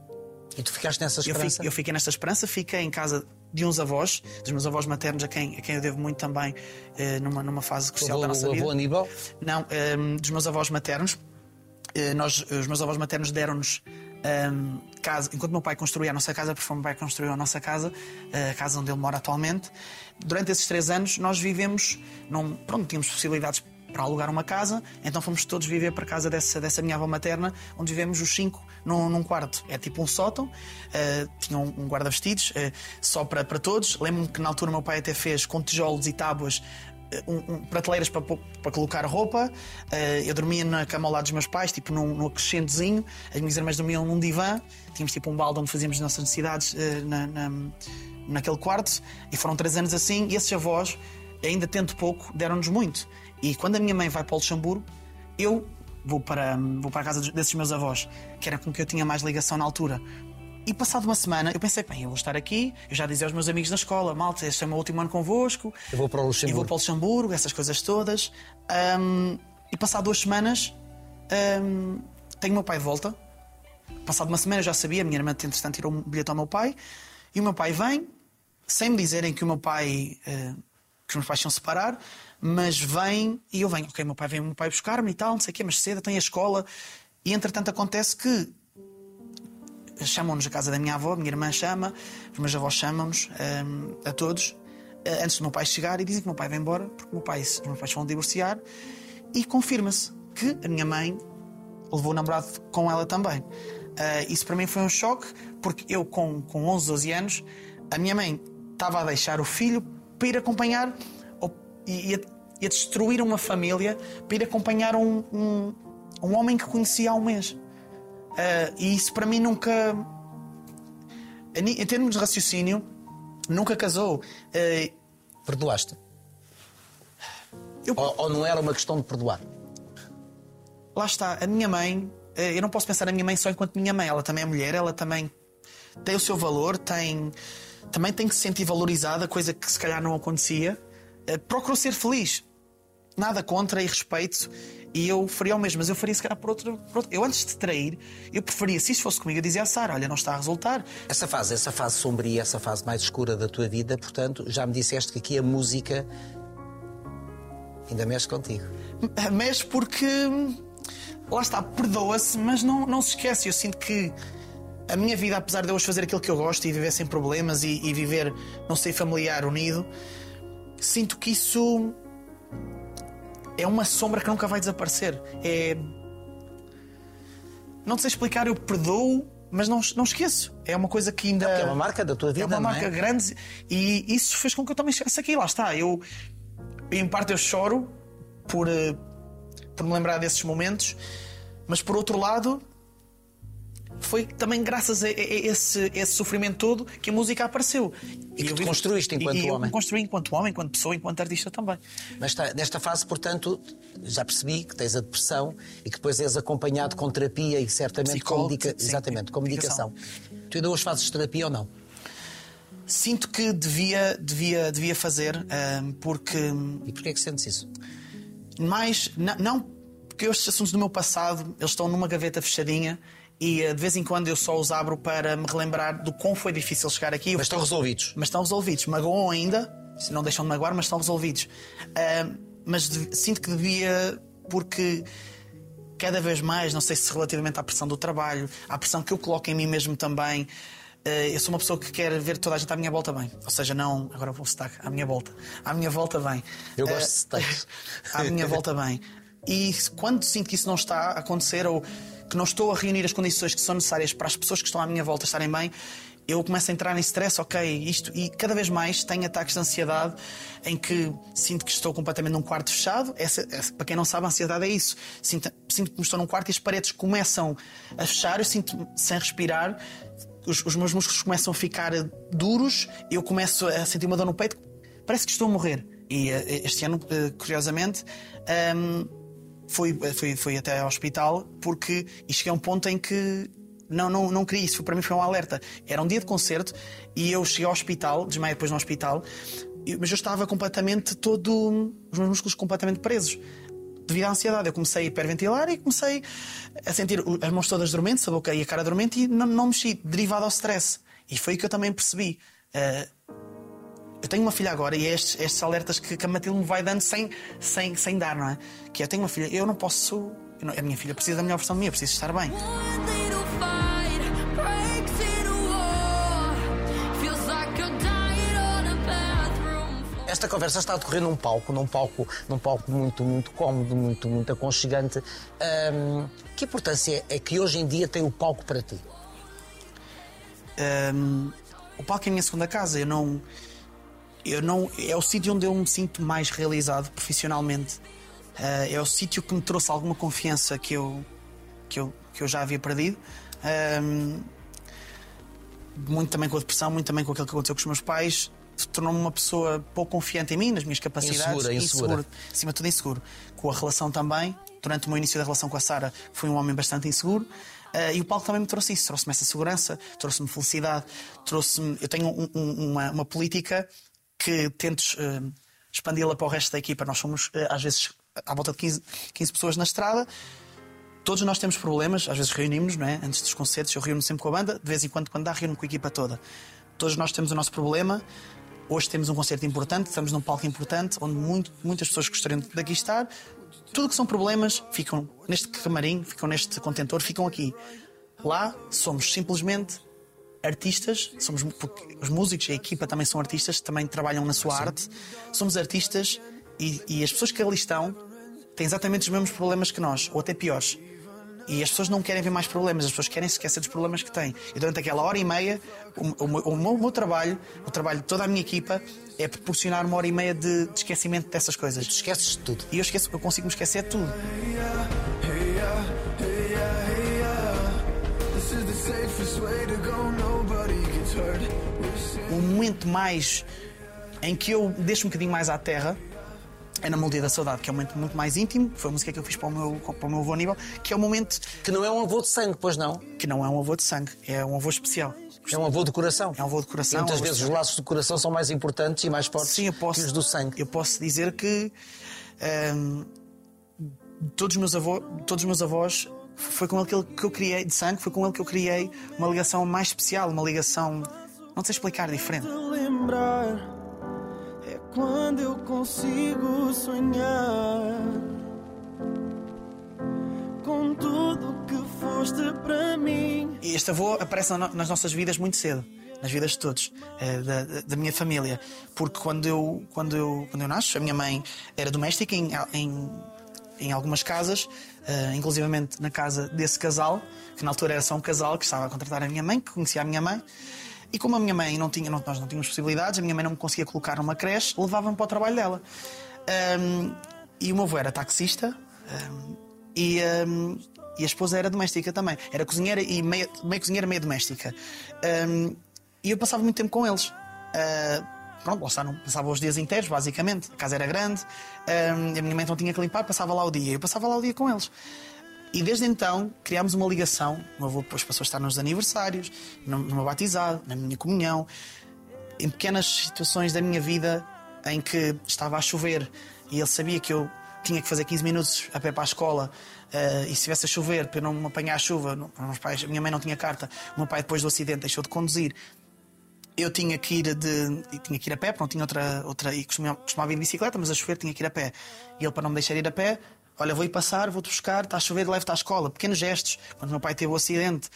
E tu ficaste nessa esperança? Eu fiquei, eu fiquei nesta esperança, fiquei em casa de uns avós, dos meus avós maternos, a quem, a quem eu devo muito também, eh, numa, numa fase crucial o, da nossa o vida. O avô Aníbal? Não, eh, dos meus avós maternos. Eh, nós, os meus avós maternos deram-nos Um, casa, enquanto meu pai construía a nossa casa, porque foi o meu pai que construiu a nossa casa, a casa onde ele mora atualmente. Durante esses três anos nós vivemos, não, pronto, tínhamos possibilidades para alugar uma casa, então fomos todos viver para a casa dessa, dessa minha avó materna, onde vivemos os cinco num, num quarto. É tipo um sótão, uh, tinha um, um guarda-vestidos uh, só para, para todos. Lembro-me que na altura meu pai até fez com tijolos e tábuas Um, um, prateleiras para, para colocar roupa. uh, Eu dormia na cama ao lado dos meus pais, tipo num, num acrescentozinho. As minhas irmãs dormiam num divã. Tínhamos tipo um balde onde fazíamos as nossas necessidades uh, na, na, naquele quarto. E foram três anos assim. E esses avós, ainda tendo pouco, deram-nos muito. E quando a minha mãe vai para o Luxemburgo, eu vou para, vou para a casa desses meus avós, que era com que eu tinha mais ligação na altura. E passado uma semana, eu pensei: bem, eu vou estar aqui. Eu já dizia aos meus amigos na escola: malta, este é o meu último ano convosco. Eu vou para o Luxemburgo. Eu vou para o Luxemburgo, essas coisas todas. Um, e passado duas semanas, um, tenho o meu pai de volta. Passado uma semana eu já sabia, a minha irmã, entretanto, tirou um bilhete ao meu pai. E o meu pai vem, sem me dizerem que o meu pai, uh, que os meus pais se iam separar, mas vem e eu venho. Ok, meu pai vem, o meu pai buscar-me e tal, não sei o quê, mas cedo, tem a escola. E entretanto acontece que chamam-nos a casa da minha avó, a minha irmã chama, os meus avós chamam-nos um, a todos, uh, antes do meu pai chegar, e dizem que o meu pai vai embora, porque o meu pai, os meus pais vão divorciar, e confirma-se que a minha mãe levou o namorado com ela também. Uh, isso para mim foi um choque, porque eu com, com onze, doze anos, a minha mãe estava a deixar o filho para ir acompanhar, ou, e, e, a, e a destruir uma família, para ir acompanhar um, um, um homem que conhecia há um mês. Uh, e isso para mim nunca, em termos de raciocínio, nunca casou. Uh, Perdoaste? Eu... Ou, ou não era uma questão de perdoar? Lá está, a minha mãe, uh, eu não posso pensar na minha mãe só enquanto minha mãe. Ela também é mulher, ela também tem o seu valor, tem, também tem que se sentir valorizada, coisa que se calhar não acontecia. Uh, procurou ser feliz, nada contra e respeito. E eu faria o mesmo, mas eu faria se calhar por outro, por outro. Eu antes de trair, eu preferia, se isso fosse comigo, eu dizia à Sara: olha, não está a resultar. Essa fase, essa fase sombria, essa fase mais escura da tua vida, portanto, já me disseste que aqui a música ainda mexe contigo. Mexe porque, lá está, perdoa-se, mas não, não se esquece. Eu sinto que a minha vida, apesar de eu hoje fazer aquilo que eu gosto e viver sem problemas e, e viver, não sei, familiar, unido, sinto que isso é uma sombra que nunca vai desaparecer. É... Não sei explicar, eu perdoo, mas não, não esqueço. É uma coisa que ainda... É uma marca da tua vida, é uma não marca é? grande, e isso fez com que eu também chegasse aqui. Lá está, eu... Em parte eu choro por, por me lembrar desses momentos, mas por outro lado, foi também graças a, a esse, esse sofrimento todo que a música apareceu. E que te construíste enquanto e, e homem. Eu me construí enquanto homem, enquanto pessoa, enquanto artista também. Mas está, nesta fase, portanto, já percebi que tens a depressão e que depois és acompanhado com terapia e certamente com, medica... sim, exatamente, com medicação. Tu ainda hoje fazes terapia ou não? Sinto que devia, devia, devia fazer, um, porque... E porquê é que sentes isso? Mais, não, não porque estes assuntos do meu passado, eles estão numa gaveta fechadinha e de vez em quando eu só os abro para me relembrar do quão foi difícil chegar aqui. Mas estão resolvidos? Mas estão resolvidos. Magoam ainda, não deixam de magoar, mas estão resolvidos. Uh, mas de, sinto que devia, porque cada vez mais, não sei se relativamente à pressão do trabalho, à pressão que eu coloco em mim mesmo também, uh, eu sou uma pessoa que quer ver toda a gente à minha volta bem. Ou seja, não, agora vou citar, à minha volta. À minha volta bem. Eu gosto uh, de citar. À minha volta bem. E quando sinto que isso não está a acontecer, ou que não estou a reunir as condições que são necessárias para as pessoas que estão à minha volta estarem bem, eu começo a entrar em stress, ok, isto, e cada vez mais tenho ataques de ansiedade em que sinto que estou completamente num quarto fechado. Essa, essa, para quem não sabe, a ansiedade é isso. Sinto, sinto que estou num quarto e as paredes começam a fechar, eu sinto sem respirar, os, os meus músculos começam a ficar duros, eu começo a sentir uma dor no peito, parece que estou a morrer. E este ano, curiosamente, um, Fui, fui, fui até ao hospital porque e cheguei a um ponto em que não, não, não queria isso. Para mim foi um alerta. Era um dia de concerto e eu cheguei ao hospital, desmaiei depois no hospital, mas eu estava completamente todo. Os meus músculos completamente presos devido à ansiedade. Eu comecei a hiperventilar e comecei a sentir as mãos todas dormentes, a boca e a cara dormente e não, não mexi, derivado ao stress. E foi o que eu também percebi. Uh, Eu tenho uma filha agora e é estes, estes alertas que, que a Matilde me vai dando sem, sem, sem dar, não é? Que eu tenho uma filha, eu não posso. Eu não, a minha filha precisa da melhor versão de mim, eu preciso estar bem. Esta conversa está a decorrer num palco, num palco, num palco muito, muito cómodo, muito, muito aconchegante. Um, que importância é que hoje em dia tem o palco para ti? Um, o palco é a minha segunda casa. Eu não. Eu não, é o sítio onde eu me sinto mais realizado profissionalmente. Uh, é o sítio que me trouxe alguma confiança que eu, que eu, que eu já havia perdido. Um, muito também com a depressão, muito também com aquilo que aconteceu com os meus pais. Tornou-me uma pessoa pouco confiante em mim, nas minhas capacidades. Insegura, insegura. inseguro, acima de tudo inseguro. Com a relação também. Durante o meu início da relação com a Sara, fui um homem bastante inseguro. Uh, e o palco também me trouxe isso. Trouxe-me essa segurança, trouxe-me felicidade. Trouxe-me... Eu tenho um, um, uma, uma política que tentes uh, expandi-la para o resto da equipa. Nós somos, uh, às vezes, à volta de quinze, quinze pessoas na estrada. Todos nós temos problemas, às vezes reunimos, não é? Antes dos concertos, eu reúno sempre com a banda, de vez em quando, quando dá, reúno com a equipa toda. Todos nós temos o nosso problema. Hoje temos um concerto importante, estamos num palco importante, onde muito, muitas pessoas gostariam de aqui estar. Tudo que são problemas ficam neste camarim, ficam neste contentor, ficam aqui. Lá somos simplesmente artistas, somos, porque os músicos e a equipa também são artistas, também trabalham na sua Sim. arte. Somos artistas e, e as pessoas que ali estão têm exatamente os mesmos problemas que nós, ou até piores. E as pessoas não querem ver mais problemas, as pessoas querem se esquecer dos problemas que têm. E durante aquela hora e meia, o, o, o, meu, o meu trabalho, o trabalho de toda a minha equipa, é proporcionar uma hora e meia de, de esquecimento dessas coisas. Tu esqueces de tudo. E eu, esqueço, eu consigo me esquecer de tudo. O momento mais em que eu deixo um bocadinho mais à terra é na Melodia da Saudade, que é um momento muito mais íntimo. Foi a música que eu fiz para o meu, para o meu avô Aníbal, que é um momento... Que não é um avô de sangue, pois não? Que não é um avô de sangue, é um avô especial. É um avô de coração. É um avô de coração. E muitas um vezes os laços do coração são mais importantes e mais fortes Sim, eu posso, que os do sangue. Eu posso dizer que hum, todos, os meus avós, todos os meus avós, foi com ele que eu criei, de sangue, foi com ele que eu criei uma ligação mais especial, uma ligação, não sei explicar, diferente. Lembrar é quando eu consigo sonhar com tudo que foste para mim. E este avô aparece nas nossas vidas muito cedo, nas vidas de todos, da, da minha família, porque quando eu, quando eu, quando eu nasço, a minha mãe era doméstica em, em, em algumas casas, uh, inclusivamente na casa desse casal, que na altura era só um casal que estava a contratar a minha mãe, que conhecia a minha mãe. E como a minha mãe não tinha, não, nós não tínhamos possibilidades, a minha mãe não me conseguia colocar numa creche, levava-me para o trabalho dela. Um, e o meu avô era taxista, um, e, um, e a esposa era doméstica também. Era cozinheira e meia, meia cozinheira, meia doméstica. Um, e eu passava muito tempo com eles. Uh, pronto, lá está, não passava os dias inteiros, basicamente. A casa era grande, um, a minha mãe não tinha que limpar, passava lá o dia. Eu passava lá o dia com eles. E desde então criámos uma ligação. O meu avô depois passou a estar nos aniversários, no, no meu batizado, na minha comunhão, em pequenas situações da mina vida em que estava a chover e ele sabia que eu tinha que fazer quinze minutos a pé para a escola, uh, e se estivesse a chover para eu não me apanhar a chuva, não, meus pais, a minha mãe não tinha carta, o meu pai depois do acidente deixou de conduzir, eu tinha que ir de tinha que ir a pé, não tinha outra, outra e costumava, costumava ir de bicicleta, mas a chover tinha que ir a pé. E ele, para não me deixar ir a pé, olha, vou ir passar, vou-te buscar, está a chover, levo-te à escola. Pequenos gestos. Quando o meu pai teve o acidente,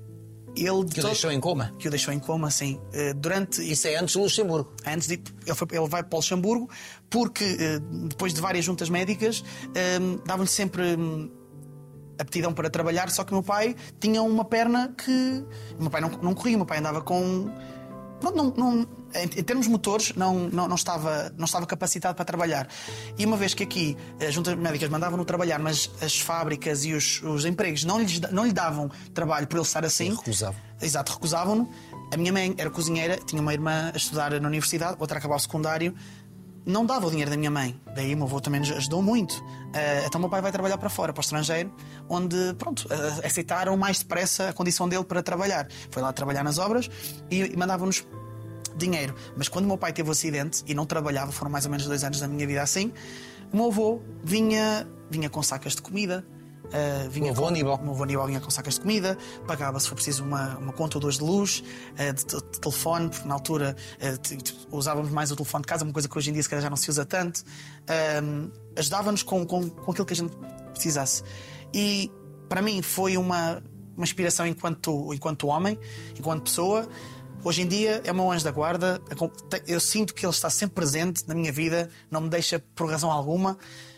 ele que o deixou em coma? Que o deixou em coma, sim. Uh, durante... Isso é antes do Luxemburgo. Antes de... ele, foi... ele vai para o Luxemburgo porque, uh, depois de várias juntas médicas, uh, davam-lhe sempre um, aptidão para trabalhar, só que o meu pai tinha uma perna que... O meu pai não, não corria, o meu pai andava com... Não, não, não, em termos motores, não, não, não, estava, não estava capacitado para trabalhar. E uma vez que aqui as juntas médicas mandavam-no trabalhar, mas as fábricas e os, os empregos não, lhes, não lhe davam trabalho por ele estar assim. Recusavam. Exato, recusavam-no. A minha mãe era cozinheira, tinha uma irmã a estudar na universidade, outra a acabar o secundário. Não dava o dinheiro da minha mãe. Daí o meu avô também nos ajudou muito. Uh, então o meu pai vai trabalhar para fora, para o estrangeiro, onde, pronto, uh, aceitaram mais depressa a condição dele para trabalhar. Foi lá trabalhar nas obras e, e mandavam-nos dinheiro. Mas quando o meu pai teve o acidente e não trabalhava, foram mais ou menos dois anos da minha vida assim, o meu avô vinha, vinha com sacas de comida. Uh, vinha o meu avô Aníbal. O meu avô Aníbal vinha com sacas de comida, pagava se for preciso uma, uma conta ou duas de luz, uh, de, de, de telefone, porque na altura uh, t, t, usávamos mais o telefone de casa, uma coisa que hoje em dia se calhar já não se usa tanto. Uh, ajudava-nos com, com, com aquilo que a gente precisasse. E para mim foi uma, uma inspiração enquanto, enquanto homem, enquanto pessoa. Hoje em dia é o meu anjo da guarda. Eu sinto que ele está sempre presente na minha vida, não me deixa por razão alguma,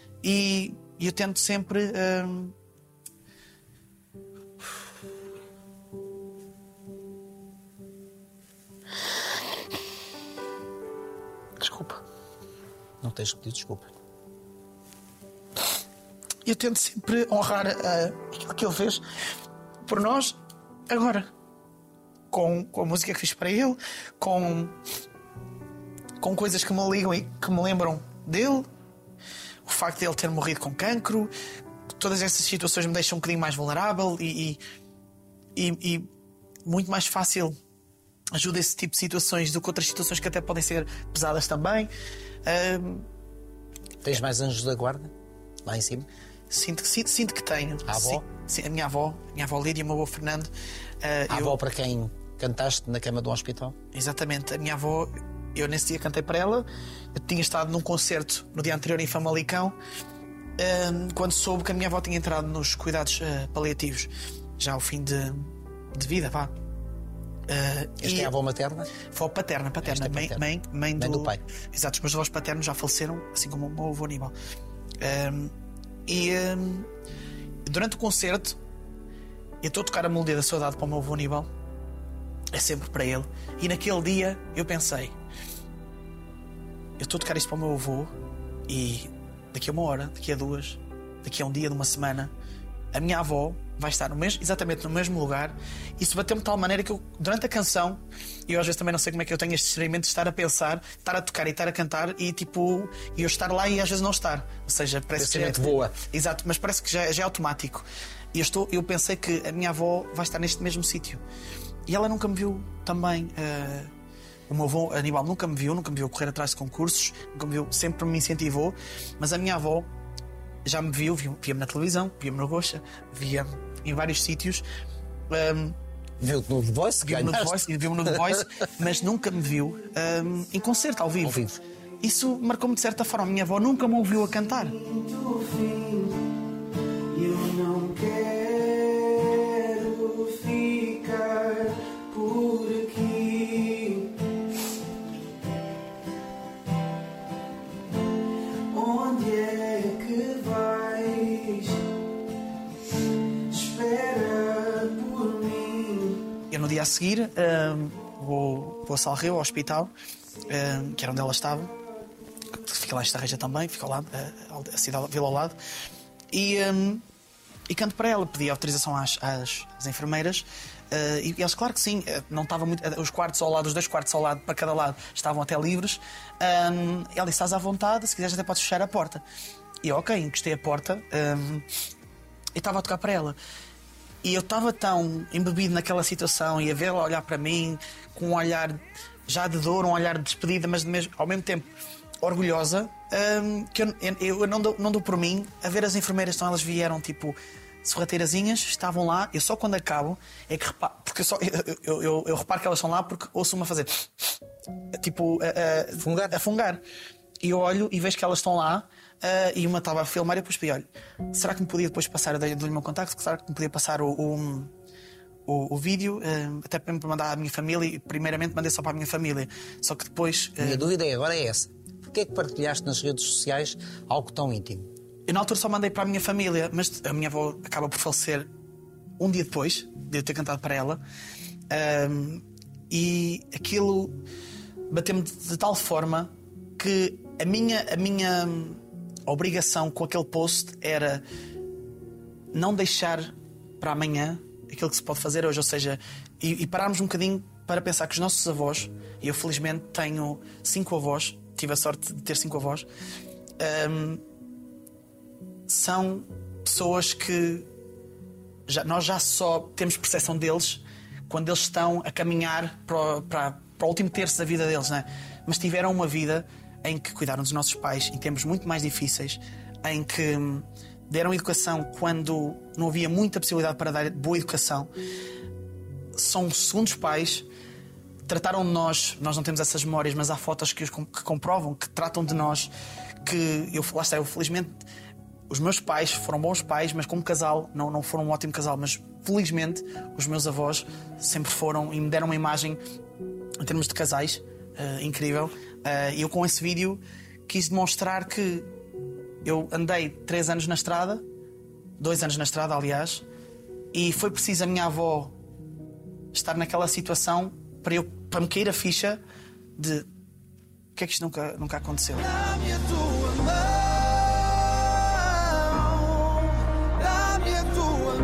e eu tento sempre hum... desculpa, não tens que pedir desculpa. Eu tento sempre honrar uh, aquilo que ele fez por nós agora. Com, com a música que fiz para ele, com, com coisas que me ligam e que me lembram dele, o facto de ele ter morrido com cancro, todas essas situações me deixam um bocadinho mais vulnerável e, e, e muito mais fácil ajuda esse tipo de situações do que outras situações que até podem ser pesadas também. Um, Tens mais anjos da guarda lá em cima? Sinto, sinto, sinto que tenho. A avó? Sim, a minha avó, a minha avó Lídia e o meu avô Fernando. Uh, a eu... avó para quem cantaste na cama do hospital? Exatamente, a minha avó, eu nesse dia cantei para ela. Eu tinha estado num concerto no dia anterior em Famalicão, um, quando soube que a minha avó tinha entrado nos cuidados uh, paliativos, já ao fim de, de vida, vá. Uh, Esta é a avó materna? Avó paterna, paterna, é mãe, paterna. Mãe, mãe, do... mãe do pai. Exato, os meus avós paternos já faleceram, assim como o meu avô Aníbal. Um, e um, durante o concerto, eu estou a tocar a melodia da saudade para o meu avô Aníbal. É sempre para ele. E naquele dia eu pensei, eu estou a tocar isto para o meu avô e daqui a uma hora, daqui a duas, daqui a um dia, de uma semana, a minha avó vai estar no mesmo, exatamente no mesmo lugar. Isso bateu-me de tal maneira que eu, durante a canção, eu às vezes também não sei como é que eu tenho este experimento de estar a pensar, estar a tocar e estar a cantar e tipo, e eu estar lá e às vezes não estar. Ou seja, parece que já é, voa. Exato, mas parece que já, já é automático. E eu, estou, eu pensei que a minha avó vai estar neste mesmo sítio. E ela nunca me viu também. Uh, o meu avô Aníbal nunca me viu, nunca me viu correr atrás de concursos, nunca me viu, sempre me incentivou. Mas a minha avó já me viu, via-me na televisão, via-me no Rocha, via-me em vários sítios. Um, Viu-te no The Voice? Viu-me no The Voice, viu-me no The Voice, mas nunca me viu um, em concerto ao vivo. Ao vivo. Isso marcou-me de certa forma. A minha avó nunca me ouviu a cantar. Eu não quero ficar por aqui. Onde é que vais? Espera por mim. Eu no dia a seguir um, vou, vou a Salreu, ao hospital, um, que era onde ela estava. Fica lá em Estarreja também, fica ao lado, a, a cidade, a vila ao lado. E um, e canto para ela, pedi autorização às, às, às enfermeiras uh, e eles, claro que sim, não estava muito, os quartos ao lado, os dois quartos ao lado, para cada lado, estavam até livres. Um, ela disse: estás à vontade, se quiseres até podes fechar a porta. E eu, ok, encostei a porta um, e estava a tocar para ela. E eu estava tão embebido naquela situação e a vê-la olhar para mim com um olhar já de dor, um olhar de despedida, mas mesmo, ao mesmo tempo orgulhosa, um, que eu, eu, eu não, dou, não dou por mim a ver as enfermeiras. Então elas vieram tipo sorrateirazinhas, estavam lá. Eu só quando acabo é que reparo, porque eu, só, eu, eu, eu, eu reparo que elas estão lá porque ouço-me a fazer tipo a, a, fungar. a fungar. E eu olho e vejo que elas estão lá. Uh, e uma estava a filmar e eu depois pedi: olha, será que me podia depois passar, eu dei-lhe o meu contacto, será que me podia passar o, o, o, o vídeo, uh, até para me mandar à minha família. E primeiramente mandei só para a minha família, só que depois A minha uh, dúvida é, agora é essa: porquê é que partilhaste nas redes sociais algo tão íntimo? eu na altura só mandei para a minha família, mas a minha avó acaba por falecer um dia depois de eu ter cantado para ela. Um, e aquilo bateu-me de, de tal forma que a minha, a minha obrigação com aquele post era não deixar para amanhã aquilo que se pode fazer hoje, ou seja, e, e pararmos um bocadinho para pensar que os nossos avós, e eu felizmente tenho cinco avós, tive a sorte de ter cinco avós, um, são pessoas que já, nós já só temos percepção deles quando eles estão a caminhar para o, para, para o último terço da vida deles, não é? Mas tiveram uma vida em que cuidaram dos nossos pais em tempos muito mais difíceis, em que deram educação quando não havia muita possibilidade para dar boa educação. São segundos pais, trataram de nós, nós não temos essas memórias, mas há fotos que, os, que comprovam, que tratam de nós, que eu, lá está, eu felizmente, os meus pais foram bons pais, mas como casal, não, não foram um ótimo casal, mas felizmente os meus avós sempre foram e me deram uma imagem, em termos de casais, uh, incrível. E uh, eu com esse vídeo quis demonstrar que eu andei três anos na estrada, dois anos na estrada, aliás, e foi preciso a minha avó estar naquela situação para, eu, para me cair a ficha de porque é que isto nunca, nunca aconteceu. Dá-me a tua mão, dá-me a tua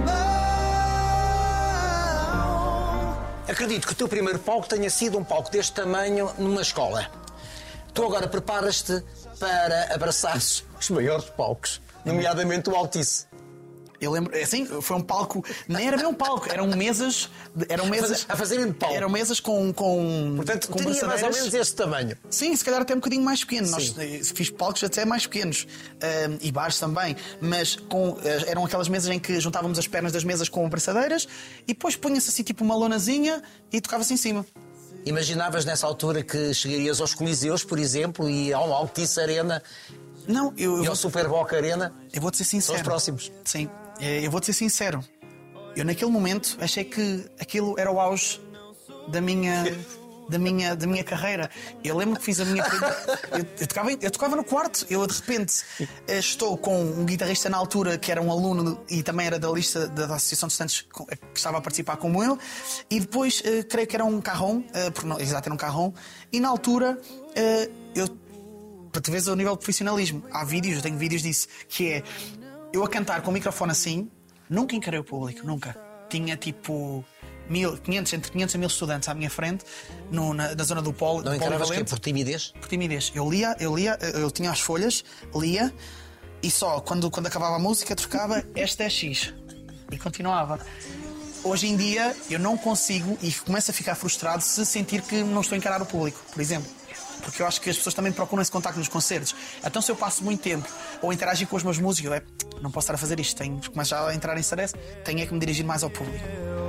mão. Acredito que o teu primeiro palco tenha sido um palco deste tamanho numa escola. Tu agora preparas-te para abraçares os maiores palcos, nomeadamente o Altice. Eu lembro, assim, foi um palco, nem era bem um palco, eram mesas, eram mesas a fazerem de palco. Eram mesas com com Portanto, com tinha mais ou menos este tamanho. Sim, se calhar até um bocadinho mais pequeno. Sim. Nós fiz palcos até mais pequenos, um, e bares também, mas com, eram aquelas mesas em que juntávamos as pernas das mesas com abraçadeiras e depois punha-se assim tipo uma lonazinha e tocava-se em cima. Imaginavas nessa altura que chegarias aos Coliseus, por exemplo, e ao Altice Arena? Não, eu, eu e ao vou, Super Boca Arena? Eu vou-te ser sincero. São os próximos. Sim, eu vou-te ser sincero. Eu naquele momento achei que aquilo era o auge da minha, da minha, da minha carreira. Eu lembro que fiz a minha primeira... eu, eu, tocava, eu tocava no quarto. Eu de repente estou com um guitarrista na altura que era um aluno e também era da lista da, da Associação de Estudantes que estava a participar como eu. E depois uh, creio que era um carrom, uh, porque não, exato, era um carrom. E na altura uh, eu... para te veres o nível de profissionalismo. Há vídeos, eu tenho vídeos disso, que é eu a cantar com o microfone assim, nunca encarei o público, nunca. Tinha tipo mil, quinhentos, entre quinhentos a mil estudantes à minha frente, no, na, na zona do polo. Não encaravas que é por timidez? Por timidez. Eu lia, eu lia, eu tinha as folhas, lia, e só quando, quando acabava a música trocava esta é X. E continuava. Hoje em dia eu não consigo e começo a ficar frustrado se sentir que não estou a encarar o público, por exemplo. Porque eu acho que as pessoas também procuram esse contacto nos concertos. Então se eu passo muito tempo ou interagir com os meus músicos, é, não posso estar a fazer isto, tenho, começo já a entrar em stress, tenho é que me dirigir mais ao público.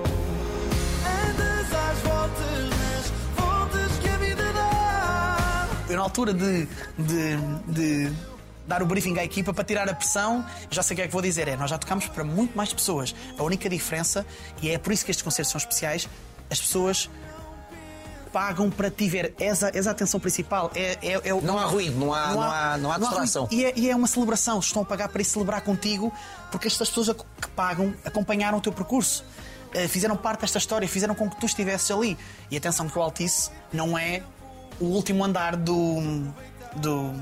Andas às voltas nas voltas que a vida dá. Eu na altura de, de, de dar o briefing à equipa para tirar a pressão, já sei o que é que vou dizer, é, nós já tocamos para muito mais pessoas. A única diferença, e é por isso que estes concertos são especiais, as pessoas pagam para te ver. Essa, essa a atenção principal. É, é, é, não há ruído, não há, não há, não há, não há distração. E, é, e é uma celebração. Estão a pagar para ir celebrar contigo porque estas pessoas que pagam acompanharam o teu percurso. Uh, fizeram parte desta história, fizeram com que tu estivesses ali. E atenção que o Altice não é o último andar do, do,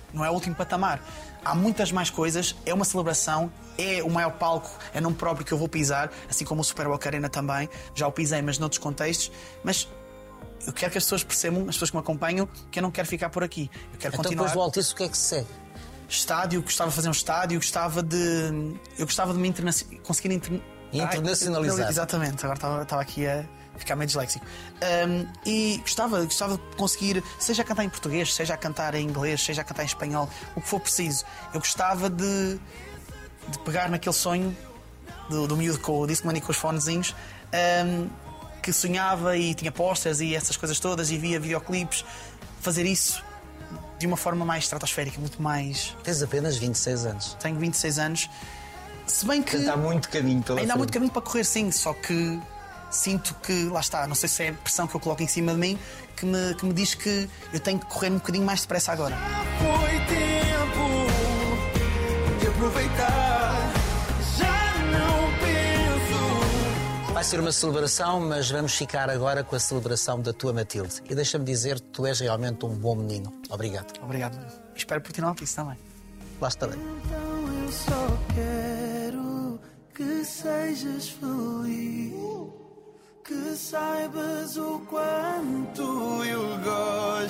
não é o último patamar. Há muitas mais coisas, é uma celebração, é o maior palco, é nome próprio que eu vou pisar, assim como o Super Boca Arena também, já o pisei, mas noutros contextos, mas eu quero que as pessoas percebam, as pessoas que me acompanham, que eu não quero ficar por aqui. Eu quero Então continuar. depois do Altice, o que é que se segue? Estádio, gostava de fazer um estádio, gostava de. Eu gostava de me interna... conseguir inter... Internacionalizar. Ai, exatamente, agora estava, estava aqui a ficar meio disléxico. Um, e gostava, gostava de conseguir, seja a cantar em português, seja a cantar em inglês, seja a cantar em espanhol, o que for preciso. Eu gostava de, de pegar naquele sonho do, do miúdo com o Discman e com os fonezinhos, um, que sonhava e tinha posters e essas coisas todas e via videoclipes, fazer isso de uma forma mais estratosférica, muito mais. Tens apenas vinte e seis anos. Tenho vinte e seis anos. Se bem que. Ainda há muito caminho pela Ainda há frente. muito caminho para correr, sim, só que sinto que, lá está, não sei se é a pressão que eu coloco em cima de mim que me, que me diz que eu tenho que correr um bocadinho mais depressa agora. Foi tempo de aproveitar, já não penso. Vai ser uma celebração, mas vamos ficar agora com a celebração da tua Matilde. E deixa-me dizer que tu és realmente um bom menino. Obrigado. Obrigado. Espero por ti no Altice também. Lá estarei. Então eu só quero que sejas feliz, que saibas o quanto eu gosto